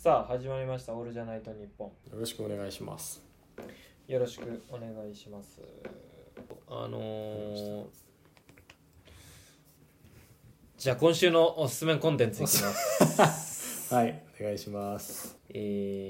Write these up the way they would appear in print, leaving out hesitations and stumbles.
さあ始まりましたオールじゃないと日本。 よろしくお願いします。 よろしくお願いします。じゃあ今週のおすすめコンテンツいきますはいお願いします。 今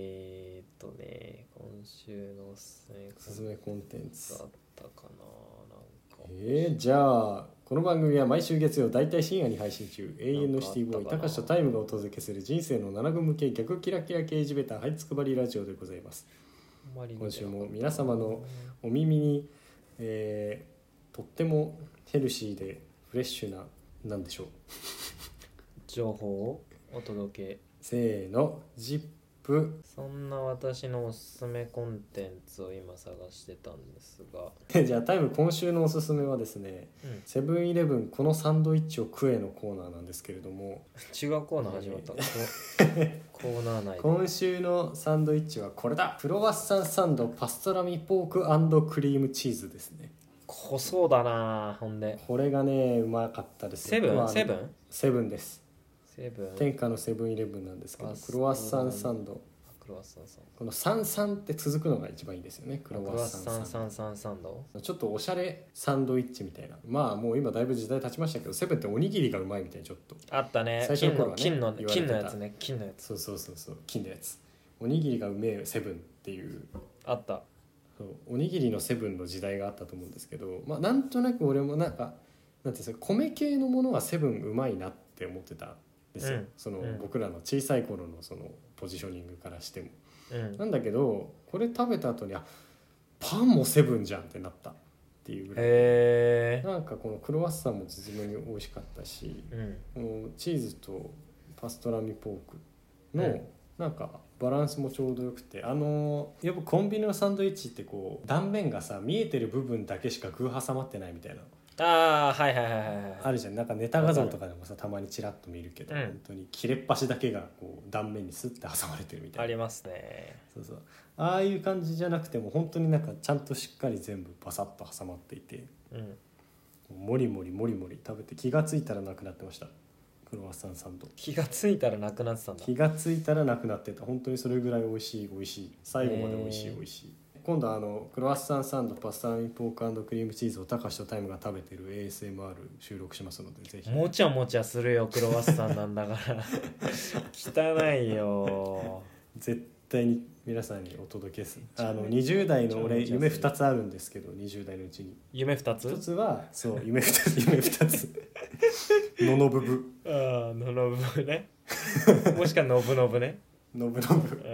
週のおすすめコンテンツあったかな。 じゃあこの番組は毎週月曜だいたい深夜に配信中、永遠のシティボーイたかしとタイムがお届けする人生の7分向け逆キラキラ系地べたはいつくばりラジオでございます。今週も皆様のお耳に、とってもヘルシーでフレッシュななんでしょう情報をお届け。 せーのジップ。 そんな私のおすすめコンテンツを今探してたんですがじゃあタイム今週のおすすめはですね、セブンイレブンこのサンドイッチを食えのコーナーなんですけれども、 違うコーナー始まった、コーナー内で今週のサンドイッチはこれだ。クロワッサンサンドパストラミポーク&クリームチーズですね。 濃そうだな。ほんでこれがねうまかったですよ。 セブンです。 セブン天下のセブンイレブンなんですけど、クロワッサンサンド、 クロワッサンサンこの33って続くのが一番いいですよね。クド、 ロワッサンサンド、 ちょっとおしゃれサンドイッチみたいな。まあもう今だいぶ時代経ちましたけど、セブンっておにぎりがうまいみたいにちょっとあったね。 最初の頃はね金の言われてたやつね。金のやつそう金のやつ。おにぎりがうめえセブンっていうあった。 そうおにぎりのセブンの時代があったと思うんですけど、まあなんとなく俺もなんていうんですか、米系のものはセブンうまいなって思ってたんですよ、僕らの小さい頃のそのポジショニングからしても、なんだけどこれ食べた後にパンもセブンじゃんってなったっていうぐらい。なんかこのクロワッサンも絶妙に美味しかったし、このチーズとパストラミポークのなんかバランスもちょうどよくて、やっぱコンビニのサンドイッチってこう断面がさ見えてる部分だけしか具挟まってないみたいな、あるじゃん。なんかネタ画像とかでもさたまにチラッと見るけど、本当に切れっ端だけがこう断面にスッて挟まれてるみたいな。 ありますね。 そうああいう感じじゃなくても本当になんかちゃんとしっかり全部バサッと挟まっていて、もりもり食べて気がついたらなくなってました。クロワッサンサンド気がついたらなくなってたんだ。 気がついたらなくなってた。本当にそれぐらい美味しい、最後まで美味しい。今度クロワッサンサンドパスタラミポーク&クリームチーズをたかしとタイムが食べてる ASMR 収録しますので、ぜひ。 もちゃもちゃするよクロワッサンなんだから汚いよ。 絶対に皆さんにお届けする。20代の俺夢2つあるんですけど、20代のうちに夢2つ。 1つはそう夢2つののぶぶ、 ののぶねもしくはのぶのぶね。 のぶ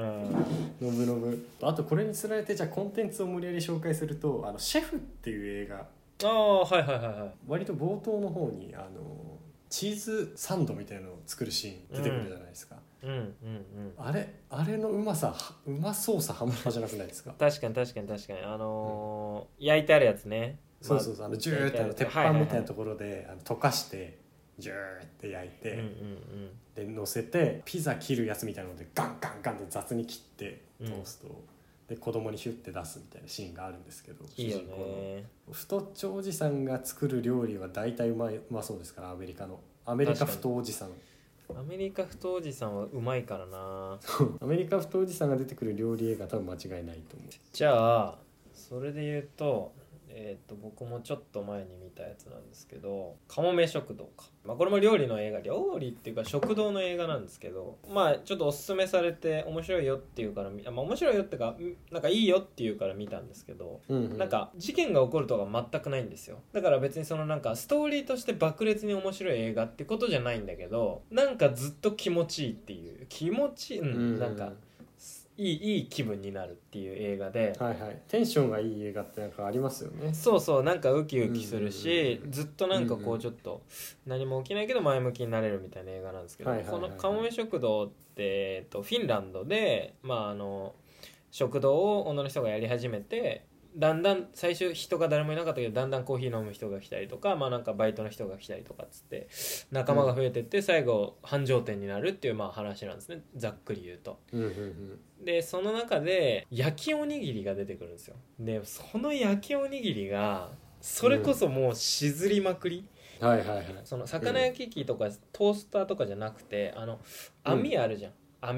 あとこれにつられて、じゃあコンテンツを無理やり紹介すると、シェフっていう映画、割と冒頭の方にチーズサンドみたいなのを作るシーン出てくるじゃないですか、あれのうまそうさ半端じゃなくないですか。 確かに焼いてあるやつね。 そうジューって鉄板みたいなところで溶かしてジューって焼いて、で乗せてピザ切るやつみたいなのでガンって雑に切ってトーストを、で子供にヒュッて出すみたいなシーンがあるんですけど、 いいよね。 太っちょおじさんが作る料理は大体うまそうですから。アメリカ太おじさんアメリカ太おじさんはうまいからなアメリカ太おじさんが出てくる料理映画多分間違いないと思う。 じゃあそれで言うと僕もちょっと前に見たやつなんですけど、かもめ食堂か、これも料理っていうか食堂の映画なんですけど、ちょっとおすすめされて面白いよっていうから、面白いよっていうかなんかいいよっていうから見たんですけど、なんか事件が起こるとか全くないんですよ。だから別にそのなんかストーリーとして爆裂に面白い映画ってことじゃないんだけど、なんかずっと気持ちいいっていうなんかいい気分になるっていう映画で、 テンションがいい映画ってなんかありますよね。 なんかウキウキするし、ずっとなんかこうちょっと何も起きないけど前向きになれるみたいな映画なんですけど、このかもめ食堂ってフィンランドで食堂を女の人がやり始めて、だんだん最初人が誰もいなかったけどだんだんコーヒー飲む人が来たりとか、なんかバイトの人が来たりとかっつって仲間が増えてって最後繁盛店になるっていう話なんですね、ざっくり言うと。でその中で焼きおにぎりが出てくるんですよ。でその焼きおにぎりがそれこそもうしずりまくり、その魚焼き器とかトースターとかじゃなくて網あるじゃん、網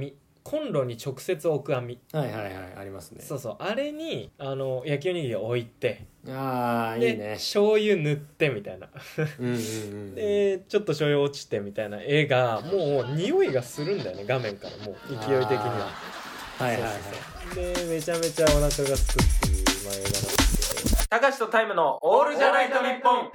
コンロに直接置く網、 はいはいはいありますね。 そうそう、あれに焼きおにぎりを置いて、 ああいいでね。 醤油塗ってみたいなうんうんうん。 でちょっと醤油落ちてみたいな絵がもう匂いがするんだよね、画面からもう勢い的には。 はいはいはい。 そうそうそう、でめちゃめちゃお腹がすくっていう、まあ、映画なんですけど、たかしとタイムのオールじゃないと日本。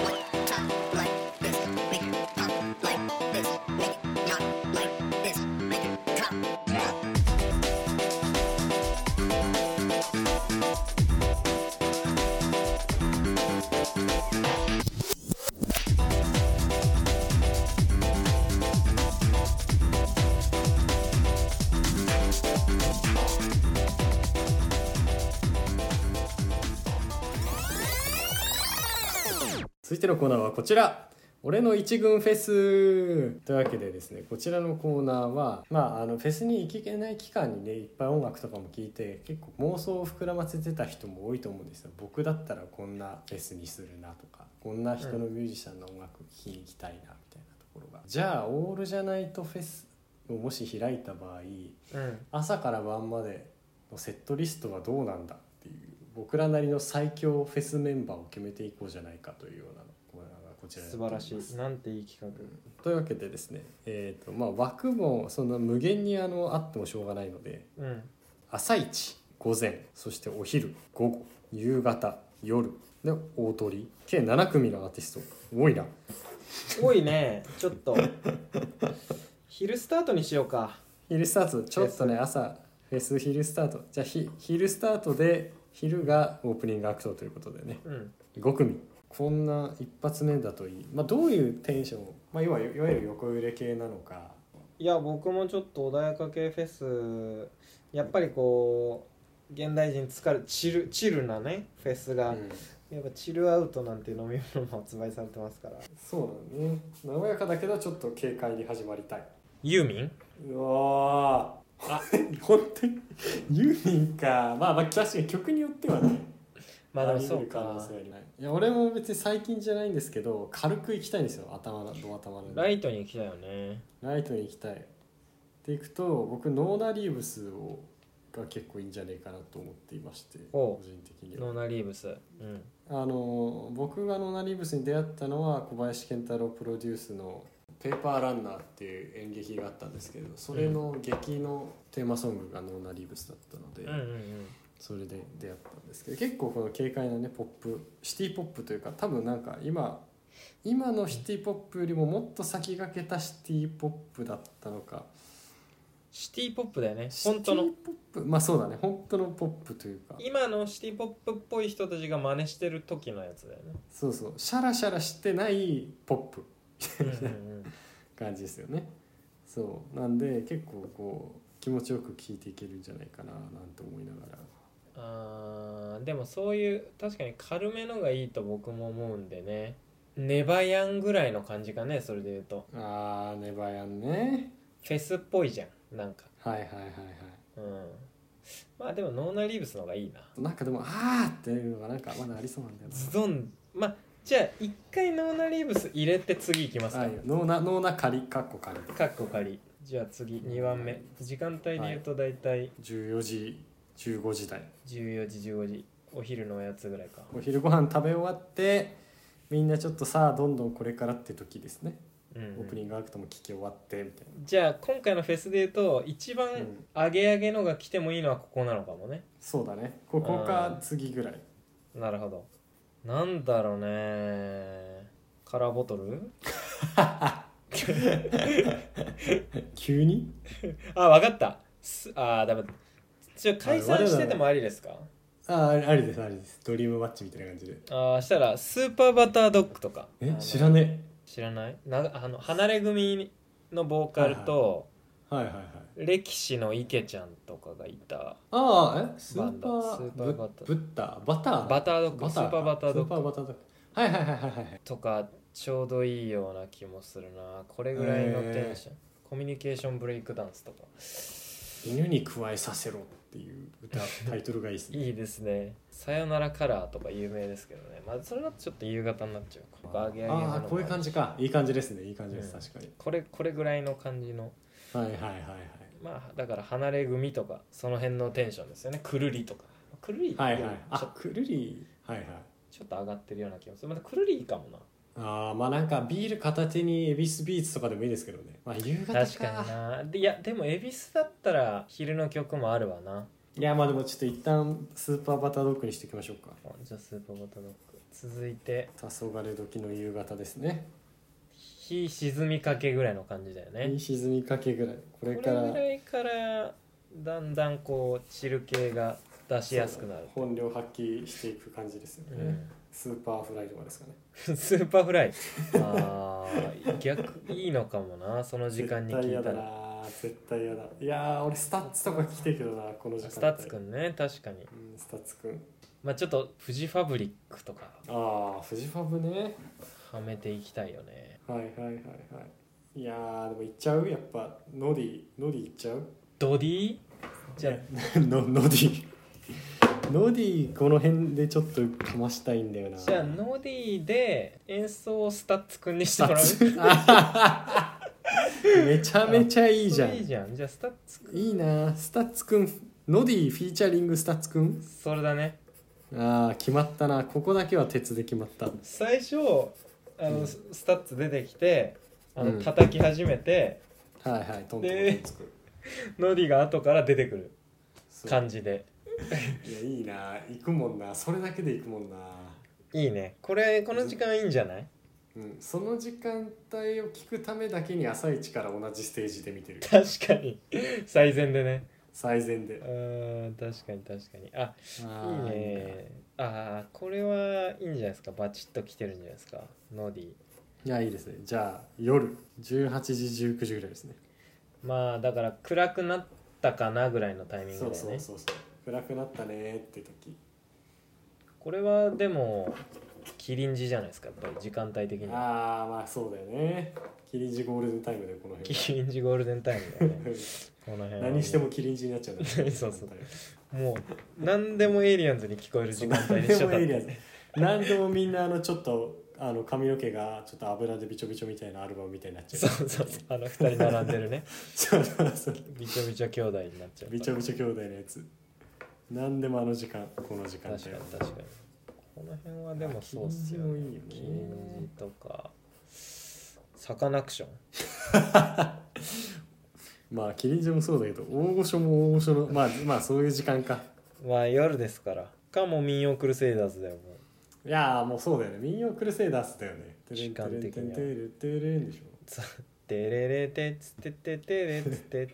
続いてのコーナーはこちら、俺の一軍フェスというわけでですね、こちらのコーナーは、フェスに行けない期間にね、いっぱい音楽とかも聴いて結構妄想を膨らませてた人も多いと思うんですよ。僕だったらこんなフェスにするなとか、こんな人のミュージシャンの音楽聴きに行きたいなみたいなところが、じゃあオールじゃないとフェスをもし開いた場合、朝から晩までのセットリストはどうなんだっていう、僕らなりの最強フェスメンバーを決めていこうじゃないかというようなコーナーがこちらに素晴らしい、なんていい企画、 というわけでですね、枠もそんな無限にあってもしょうがないので、朝一、午前、そしてお昼、午後、夕方、夜で大鳥、計7組のアーティスト。多いな。 多いね。ちょっと昼スタートにしようか。 昼スタート、ちょっとね、朝フェス昼スタート、じゃあ昼スタートで昼がオープニングアクトということでね、5組。こんな一発目だといい、どういうテンション、いわゆる横揺れ系なのか。 いや僕もちょっと穏やか系フェス、やっぱりこう現代人疲れチルなねフェスが、やっぱチルアウトなんていう飲み物も発売されてますから。 そうだね、和やかだけどちょっと軽快に始まりたい。ユーミン、うわあ本当にユーミンか。確かに曲によってはねでもそうか。 いや俺も別に最近じゃないんですけど、軽く行きたいんですよ。頭のライトに行きたいよね。 ライトに行きたいっていくと、僕ノーナリーブスが結構いいんじゃねえかなと思っていまして、個人的にはノーナリーブス、 僕がノーナリーブスに出会ったのは小林賢太郎プロデュースのペーパーランナーっていう演劇があったんですけど、それの劇のテーマソングがノーナリーブスだったので、それで出会ったんですけど、結構この軽快なねポップ、シティポップというか、多分なんか今のシティポップよりももっと先駆けたシティポップだったのか。 シティポップだよね、本当のシティポップ、そうだね、本当のポップというか、 今のシティポップっぽい人たちが真似してる時のやつだよね。 そうそう、シャラシャラしてないポップ感じですよね。そうなんで結構こう気持ちよく聴いていけるんじゃないかななんて思いながら。 でもそういう確かに軽めのがいいと僕も思うんでね。ネバヤンぐらいの感じかね、それで言うと。 ネバヤンね、 フェスっぽいじゃん、なんか。 はいはいはいはい。でもノーナリーブスの方がいいな。 なんかでもっていうのがなんかまだありそうなんだよな。 ズドン。じゃあ一回ノーナリーブス入れて次行きますか。 ノーナ仮カッコ仮。じゃあ次2番目、時間帯で言うと大体 14時15時台、 14時15時、お昼のおやつぐらいか。 お昼ご飯食べ終わってみんなちょっとさあどんどんこれからって時ですね。オープニングアクトも聞き終わってみたいな。 じゃあ今回のフェスで言うと一番アゲアゲのが来てもいいのはここなのかもね。 そうだね、ここか次ぐらい。 なるほど。なんだろうね、カラーボトル急に分かった。ダメ。解散しててもありですか？ ありですありです。ドリームマッチみたいな感じで。 したらスーパーバタードッグとか。 知らねえ。 知らない？離れ組のボーカルと、歴史の池ちゃんとかがいたスーパーバタードッグ、スーパーバタードッグはいとかちょうどいいような気もするな。これぐらいのテンション、コミュニケーションブレイクダンスとか。 犬に加えさせろっていうタイトルがいいですね。 いいですね。さよならカラーとか有名ですけどね。それだとちょっと夕方になっちゃうか。 こういう感じか。いい感じですね。いい感じです、確かに。 これぐらいの感じの。 まあだから離れ組とかその辺のテンションですよね。くるりとかくるりってはいはい、あくるり、はいはい、 ちょっと上がってるような気がする。またくるりかもな。 ああ、まあなんかビール片手に恵比寿ビーツとかでもいいですけどね。まあ夕方か。 確かにな。いやでも恵比寿だったら昼の曲もあるわな。 いやまあでもちょっと一旦スーパーバタードッグにしておきましょうか。 じゃあスーパーバタードッグ続いて黄昏時の夕方ですね。 日沈みかけぐらいの感じだよね。 日沈みかけぐらい、これからこれぐらいからだんだんこうチル系が出しやすくなる。 本領発揮していく感じですよね、スーパーフライとかですかね。 スーパーフライ、あー逆いいのかもな、その時間に聞いたら。 絶対嫌だ。いや俺スタッツとか来てるけどな、この時間。 スタッツくんね、確かに、 スタッツくん、 まあちょっとフジファブリックとかフジファブね、 はめていきたいよね。 はいはいはいはい。いやでも行っちゃう、やっぱノディ行っちゃう。 ドディじゃあノディこの辺でちょっとかましたいんだよな。 じゃあノディで演奏をスタッツくんにしてもらう。 めちゃめちゃいいじゃん。 いいじゃん。じゃあスタッツくんいいな。スタッツくん、ノディフィーチャリングスタッツくん、 それだね。 決まったな。ここだけは鉄で決まった。 最初スタッツ出てきて叩き始めて、 はいはい、トントンでノディが後から出てくる感じで。 いやいいな、行くもんな、それだけで行くもんな。 いいね、この時間いいんじゃない？ その時間帯を聞くためだけに朝一から同じステージで見てる。 確かに最前でね。 最前で。 確かにいいね。これはいいんじゃないですか。バチッと来てるんじゃないですか、ノディ。 いやいいですね。じゃあ夜18時19時ぐらいですね。 まあだから暗くなったかなぐらいのタイミングだよね。 そう暗くなったねって時。 これはでもキリンジじゃないですか、やっぱり時間帯的に。 まあそうだよね。キリンジゴールデンタイムで、この辺キリンジゴールデンタイムだよね。この辺何してもキリンジになっちゃうんだよ。 そうもう何でもエイリアンズに聞こえる時間帯にしちゃった。 何でもみんなちょっと髪の毛がちょっと油でびちょびちょみたいなアルバムみたいになっちゃう。 そう2人並んでるね。 そうびちょびちょ兄弟になっちゃう。 びちょびちょ兄弟のやつ。何でもこの時間帯。 確かにこの辺はでもそうっすよね。キリンジとかサカナクション。 まあキリンジもそうだけど、大御所も大御所のまあそういう時間か。 まあ夜ですからかも民謡クルセイダーズだよ。もういやもうそうだよね。民謡クルセイダーズだよね。 時間的にはテレテレでしょ。 テレレテツテテテレツテ。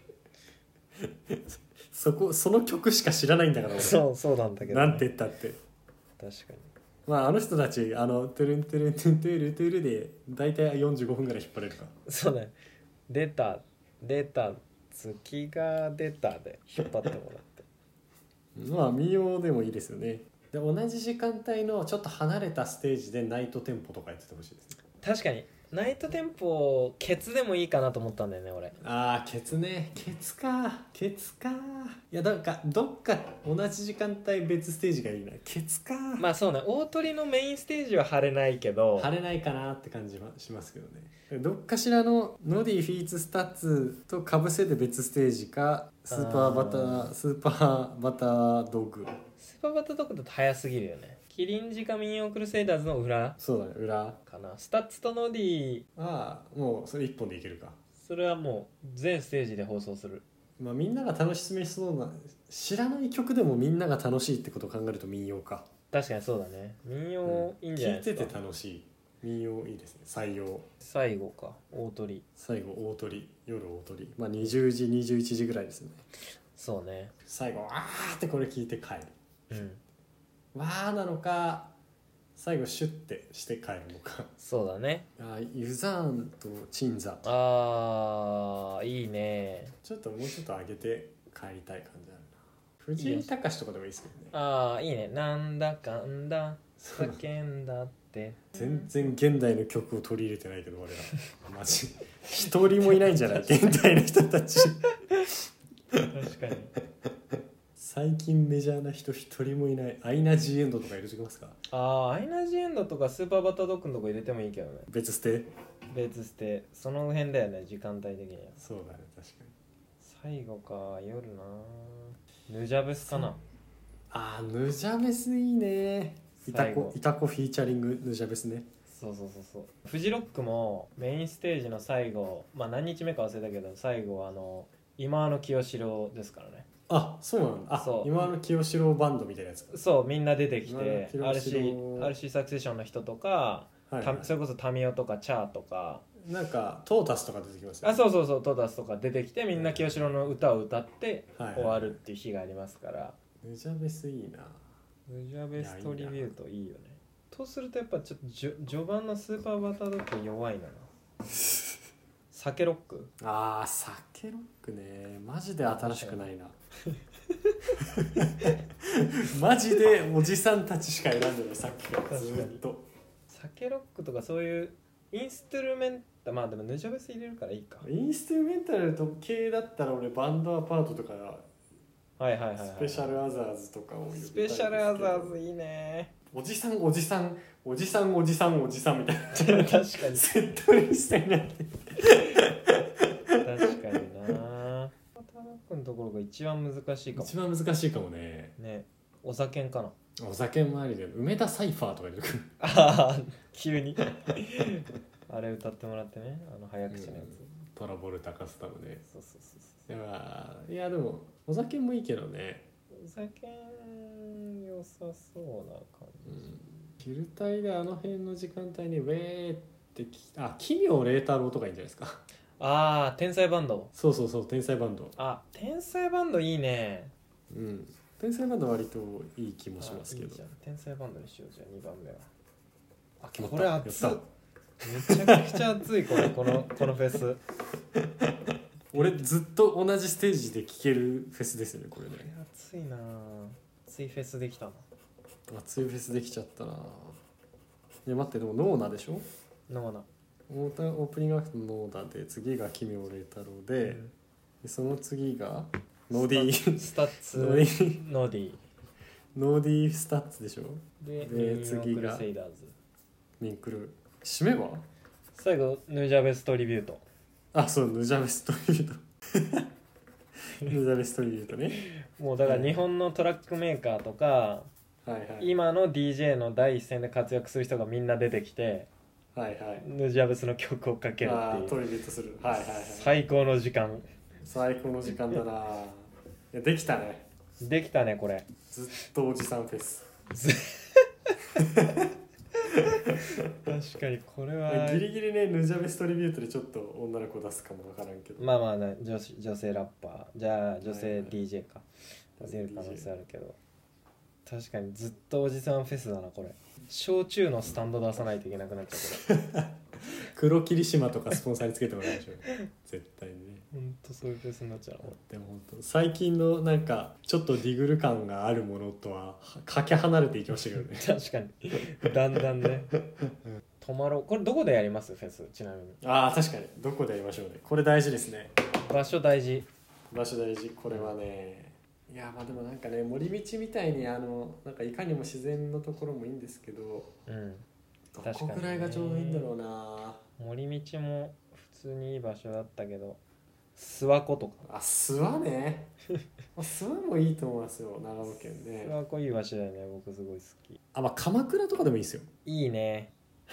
その曲しか知らないんだから俺。 そうなんだけど、ね、 なんて言ったって。 確かに。 まあ人たちテルンテルンテルンテルテルで大体45分ぐらい引っ張れるか。 そうね。出た月が出たで引っ張ってもらって。 まあ民謡でもいいですよね。で同じ時間帯のちょっと離れたステージでナイトテンポとかやっててほしいですね。 確かにナイトテンポケツでもいいかなと思ったんだよね俺。 ケツね。ケツか。いやなんかどっか同じ時間帯別ステージがいいな。ケツか。 まあそうね、大鳥のメインステージは張れないけど、 張れないかなって感じはしますけどね。どっかしらのノディフィーツスタッツとかぶせて別ステージか、スーパーバタードッグ。 スーパーバタードッグだと早すぎるよね。キリンジか民謡クルセイダーズの裏。 そうだね、裏かな。スタッツとノディもうそれ一本でいけるか。 それはもう全ステージで放送する。 まあみんなが楽しめそうな、知らない曲でもみんなが楽しいってことを考えると民謡か。 確かにそうだね。民謡いいんじゃないですか。 聞いてて楽しい。民謡いいですね。採用。 最後か大鳥。 最後大鳥、夜大鳥。まあ20時21時ぐらいですね。 そうね。 最後ってこれ聞いて帰る。わーなのか、最後シュッてして帰るのか。 そうだね。 ユザーンとチンザ。 いいね。 ちょっともうちょっと上げて帰りたい感じあるな。藤井隆とかでもいいですけどね。 いいね。なんだかんだ叫んだって全然現代の曲を取り入れてないけど俺らマジ一人もいないんじゃない現代の人たち。 確かに最近メジャーな人一人もいない。アイナ・ジ・エンドとか入れときますか。 アイナ・ジ・エンドとかスーパーバッタードッグのとこ入れてもいいけどね。 別捨てその辺だよね、時間帯的には。 そうだね、確かに。 最後か夜な。ヌジャベスかな。 ヌジャベスいいね。イタコフィーチャリングヌジャベスね。 そうフジロックもメインステージの最後、何日目か忘れたけど最後今の清志郎ですからね。 そうなんだ。今の清志郎バンドみたいなやつか。 そうみんな出てきて RC サクセションの人とか、それこそタミオとかチャーとかなんかトータスとか出てきますよね。 そうトータスとか出てきてみんな清志郎の歌を歌って終わるっていう日がありますから、 ヌジャベスいいな。 ヌジャベストリビュートいいよね。とするとやっぱちょっと序盤のスーパーバタードッグ弱いな。サケロック。 サケロックね。マジで新しくないな。マジでおじさんたちしか選んでないさっきからずっと。 サケロックとかそういうインストゥルメンタル、でもヌジャベス入れるからいいか。 インストゥルメンタル系だったら俺バンドアパートとかスペシャルアザーズとかを言う。 スペシャルアザーズいいね。 おじさんみたいな。確かにセットリストになって確かにな。バターロックのところが一番難しいかも。 一番難しいかもね。 お酒かな。 お酒もありで梅田サイファーとか出てくる。 急にあれ歌ってもらってね、早口のやつ、 トラボルタカスタムね。 そういやでもお酒もいいけどね。 お酒良さそうな感じ、 昼帯であの辺の時間帯にウェーって奇妙麗太郎とかいいんじゃないですか。 天才バンド。 そう天才バンド。 天才バンドいいね。 天才バンド割といい気もしますけど。 いいじゃん。天才バンドにしよう。じゃあ2番目は。 これ熱っ。めちゃくちゃ熱いこのフェス。 俺ずっと同じステージで聴けるフェスですよねこれね。 熱いな。熱いフェスできたな。 熱いフェスできちゃったな。待って、でもノーナでしょ。 ノーナ。 オープニングアクトのノーナで、次が奇妙麗太郎で、その次がノーディースタッツノーディースタッツでしょ。 で次がセイダーズ。 ミンクル。締めは最後ヌジャベストリビュート。 そうヌジャベストリビュートヌジャベストリビュートね。 もうだから日本のトラックメーカーとか、今の DJ の第一線で活躍する人がみんな出てきて、ヌジャベスの曲をかけるっていう。 トリビュートする。 最高の時間。 最高の時間だな。いやできたね。 できたねこれ。 ずっとおじさんフェス。 確かにこれはギリギリね、ヌジャベストリビュートでちょっと女の子出すかもわからんけど、 ね、女性ラッパーじゃあ女性 DJ か出せる可能性あるけど、確かにずっとおじさんフェスだなこれ。焼酎のスタンド出さないといけなくなっちゃうこれ。 黒霧島とかスポンサーにつけてもらいましょう絶対にね。 ほんとそういうフェスになっちゃう。 でも本当最近のなんかちょっとディグル感があるものとはかけ離れていきましたけどね。 確かにだんだんね。泊まろう。これどこでやりますフェスちなみに。 確かにどこでやりましょうね。これ大事ですね。 場所大事。 これはね。いやでもなんかね、森道みたいになんかいかにも自然のところもいいんですけど、どこくらいがちょうどいいんだろうな。 森道も普通にいい場所だったけど、諏訪湖とか。 諏訪ね。諏訪もいいと思いますよ、長野県ね。 諏訪湖いい場所だよね、僕すごい好き。 鎌倉とかでもいいですよ。いいね。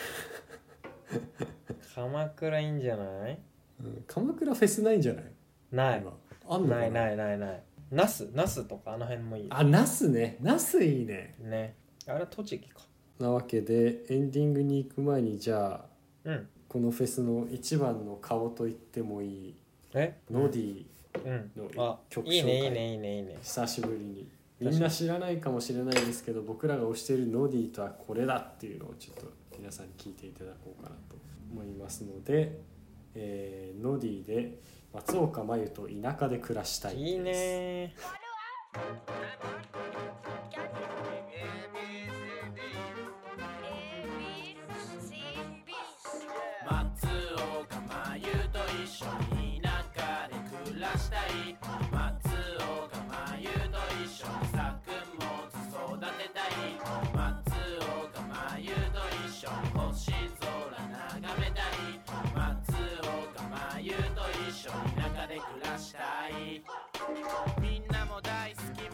鎌倉いいんじゃない？ 鎌倉フェスないんじゃない？ ない。 あんのかな？ ない。那須とかあの辺もいい。 那須ね。那須いいね。 ね。あれは栃木か。なわけでエンディングに行く前にじゃあ、このフェスの一番の顔と言ってもいいノディの曲紹介。 いいね。 久しぶりに。みんな知らないかもしれないですけど、僕らが推しているノディとはこれだっていうのをちょっと皆さんに聞いていただこうかなと思いますので、ノディで松岡真優と田舎で暮らしたいです。 いいね。 松岡真優と一緒に田舎で暮らしたい。松岡真優と一緒に作物育てたい。松岡真優と一緒に星空眺めたい。松岡真優と一緒に田舎で暮らしたい。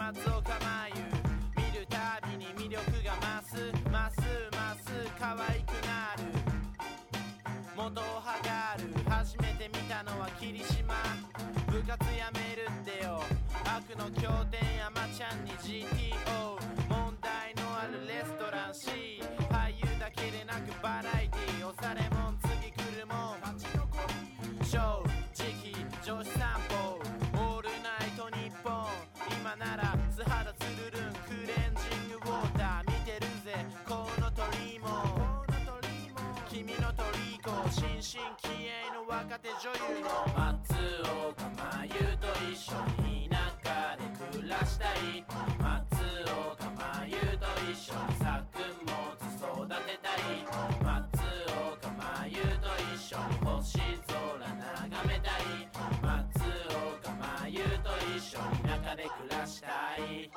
松岡真優見るたびに魅力が増すますます可愛くなる元を剥がる初めて見たのは霧島部活やめるってよ悪の経典山ちゃんに GTO 問題のあるレストラン C 俳優だけでなくバラエティ押されもん次来るもん正直女子散歩オールナイト日本今なら素肌つるるんクレンジングウォーター見てるぜコウノトリも君のトリコ新進気鋭の若手女優の松岡真優と一緒に田舎で暮らしたい松岡真優と一緒に作物育てたい松岡真優と一緒に星空眺めたい松岡真優と一緒に田舎で暮らしたい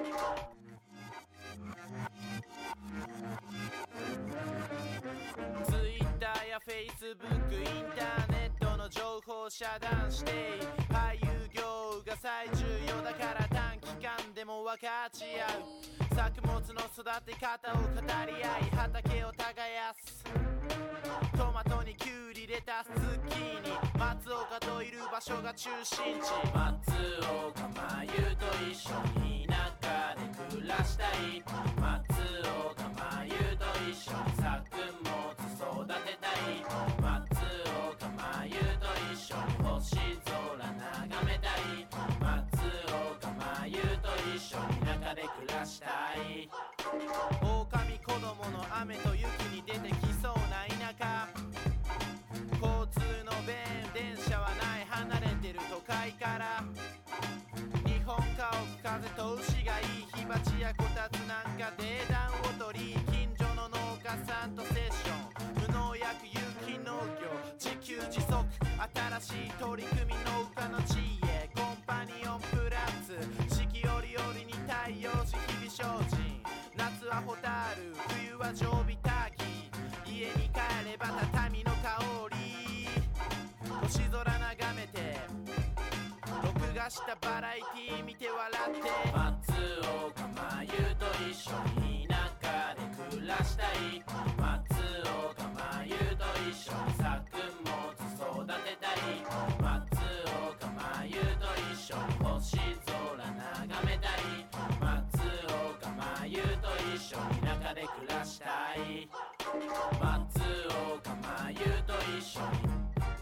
Twitter や Facebook インターネットの情報遮断して俳優業が最重要だから短期間でも分かち合う作物の育て方を語り合い畑を耕すトマトにキュウリレタスズッキーニ松岡といる場所が中心地松岡真優と一緒に田舎で暮らしたい松岡真優と一緒に作物育てたい松岡真優と一緒に星空眺めたい松岡真優と一緒に田舎で暮らしたい狼子供の雨と雪に出てきそうな田舎交通の便電車はない離れてる都会から日本家屋風通しがいい火鉢やこたつなんかで暖を取り近所の農家さんとセッション無農薬有機農業自給自足新しい取り組み農家の知恵コンパニオンプラス四季折々に太陽し日々精進夏はホタル冬は常備ターキー家に帰れば畳の香り星空眺めて録画したバラエティ見て笑って松岡真優と一緒に田舎で暮らしたい松岡真優と一緒に作物育てたい松岡真優と一緒に星空眺めたい松岡真優と一緒に田舎で暮らしたい松岡真優と一緒に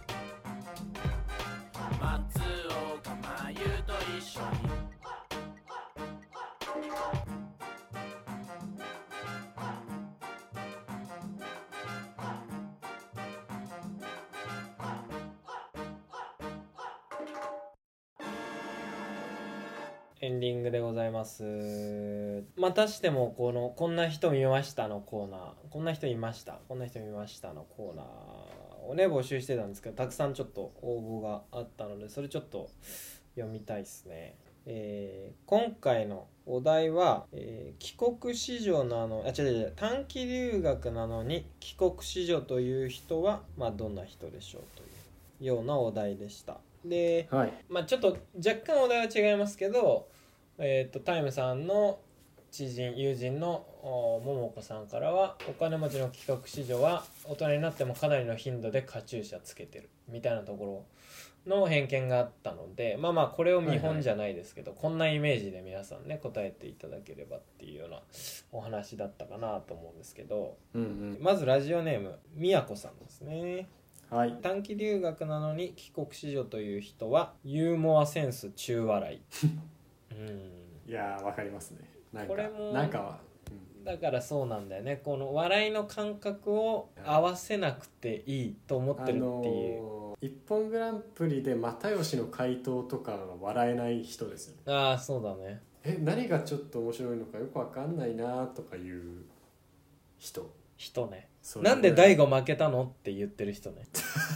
松岡真優と一緒にエンディングでございます。またしてもこんな人見ましたのコーナー、こんな人いました、こんな人見ましたのコーナーをね募集してたんですけど、たくさんちょっと応募があったのでそれちょっと読みたいですね。今回のお題は、帰国子女なの短期留学なのに帰国子女という人は、どんな人でしょうというようなお題でした。で、 はい、 ちょっと若干お題は違いますけど、タイムさんの知人友人のももこさんからは、お金持ちの帰国子女は大人になってもかなりの頻度でカチューシャつけてるみたいなところの偏見があったので、これを見本じゃないですけど、こんなイメージで皆さんね答えていただければっていうようなお話だったかなと思うんですけど、まずラジオネームみやこさんですね。はい、短期留学なのに帰国子女という人はユーモアセンス中笑いいやーわかりますね。 これもだからそうなんだよね、この笑いの感覚を合わせなくていいと思ってるっていう、 一本グランプリで又吉の回答とかが笑えない人ですよね。 ああそうだね。 何がちょっと面白いのかよくわかんないなとかいう人ね。なんで大悟負けたのって言ってる人ね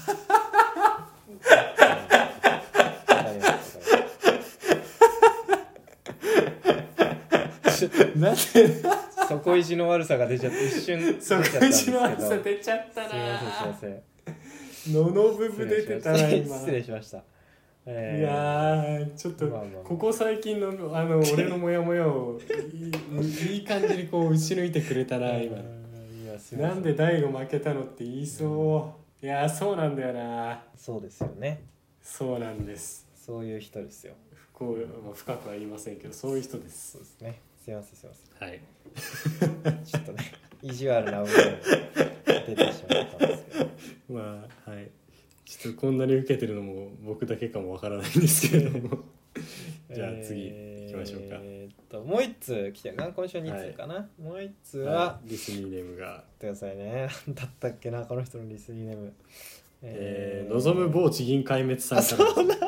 なんで底意地の悪さが出ちゃって一瞬出ちゃったんですけど、 底意地の悪さ出ちゃったな。 すいませんののぶぶ出てたな今。 失礼しました。 いやちょっとここ最近の俺のモヤモヤをいい感じにこう打ち抜いてくれたな今。なんで大悟負けたのって言いそう。いやそうなんだよな。 そうですよね。 そうなんです。 そういう人ですよ。 こう深くは言いませんけどそういう人です。 そうですね。すいませんすいません。 はい。 ちょっとね意地悪な部分出てしまったんですけど。 まあはい。ちょっとこんなに受けてるのも僕だけかもわからないんですけれどもじゃあ次行きましょうか。 もう一通来てるな。今週2通かな、はい、もう一通は、 リスニーネームが待ってくださいね。だったっけなこの人のリスニーネーム、 望む某地銀壊滅さんから。 そうだ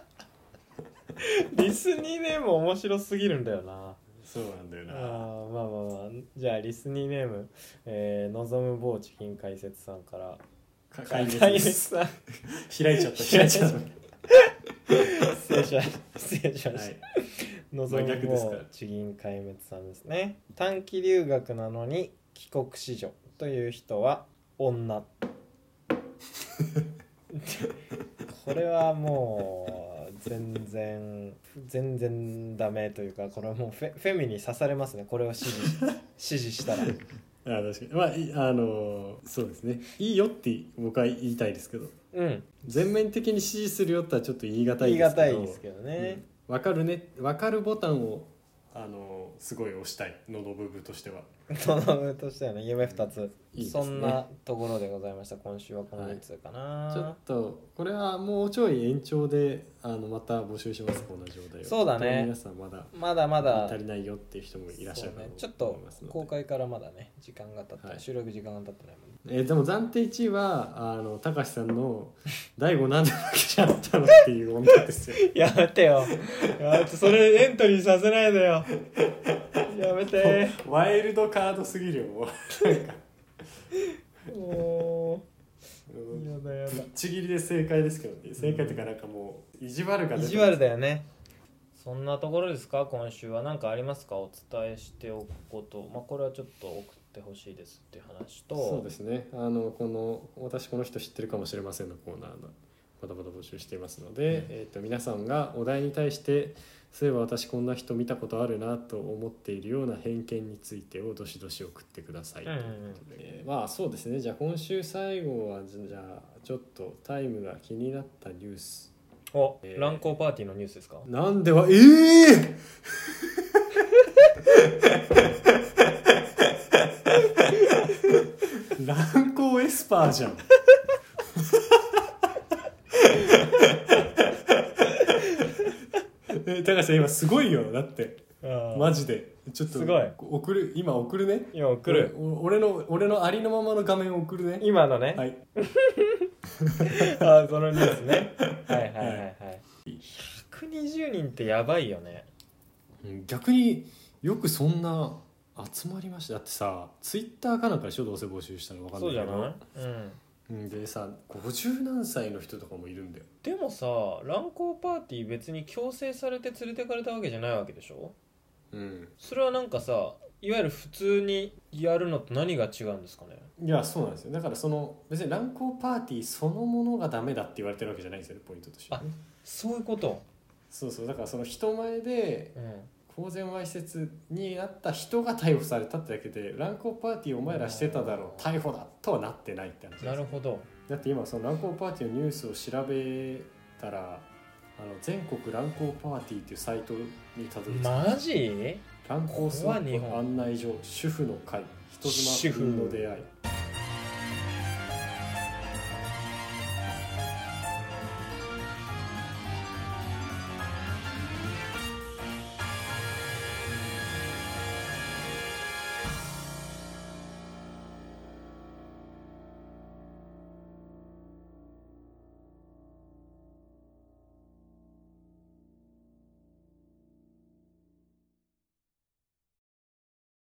リスニーネーム面白すぎるんだよな。 そうなんだよな。 まあじゃあリスニーネーム、望む某地銀解説さんから壊滅さん開いちゃった失礼しました、 はい、望む某地銀壊滅さんですね。短期留学なのに帰国子女という人は女これはもう全然ダメというか、これはもうフェミに刺されますね。これを支持したら確かにまあそうですね、いいよって僕は言いたいですけど、全面的に支持するよってはちょっと言い難いですけどね、分かるね、分かるボタンをすごい押したいのど部分としてはとしてはね、夢2ついいですね。そんなところでございました。今週はこの3つかな、はい、 ちょっとこれはもうちょい延長でまた募集します。こんな状態を。 そうだね、 皆さんまだ足りないよっていう人もいらっしゃると思いますので、 ちょっと公開からまだね時間が経って、はい、収録時間が経ってないもんね。 でも暫定1位はたかしさんの第5なんで負けちゃったのっていう女ですよやめてよそれエントリーさせないでよやめて。 ワイルドカードすぎるよもうもうやだぶっちぎりで正解ですけどね。正解っていうかなんかもう意地悪が意地悪だよね。そんなところですか。今週は何かありますか。お伝えしておくこと、これはちょっと送ってほしいですっていう話と、 そうですね、私この人知ってるかもしれませんのコーナーのまだまだ募集していますので、皆さんがお題に対してそういえば私こんな人見たことあるなと思っているような偏見についてをどしどし送ってくださいということで、そうですね。じゃあ今週最後はじゃあちょっとタイムが気になったニュース、 乱交パーティーのニュースですか。 なんでは乱交エスパーじゃん高橋さん今すごいよ。だってマジでちょっとすごい今送るね。 今送る。 俺のありのままの画面を送るね。 今のね。 はいそのニュースね。はい120人ってやばいよね。 逆によくそんな集まりました。だってさ、ツイッターかなんかでしょ、どうせ募集したの分かんないけど。 そうじゃない。 でさ、50何歳の人とかもいるんだよ。 でもさ、乱交パーティー別に強制されて連れてかれたわけじゃないわけでしょ。それはなんかさ、いわゆる普通にやるのと何が違うんですかね。 いや、そうなんですよ。だから別に乱交パーティーそのものがダメだって言われてるわけじゃないんですよね、ポイントとして、ね。 そういうこと。 そうだからその人前で公然わいせつになった人が逮捕されたってだけで、乱交パーティーお前らしてただろう、逮捕だとはなってないって話です。 なるほど。 だって今その乱交パーティーのニュースを調べたら、全国乱交パーティーっていうサイトにたどり着く。 マジ？ 乱交スワット案内所、主婦の会、人妻の出会い。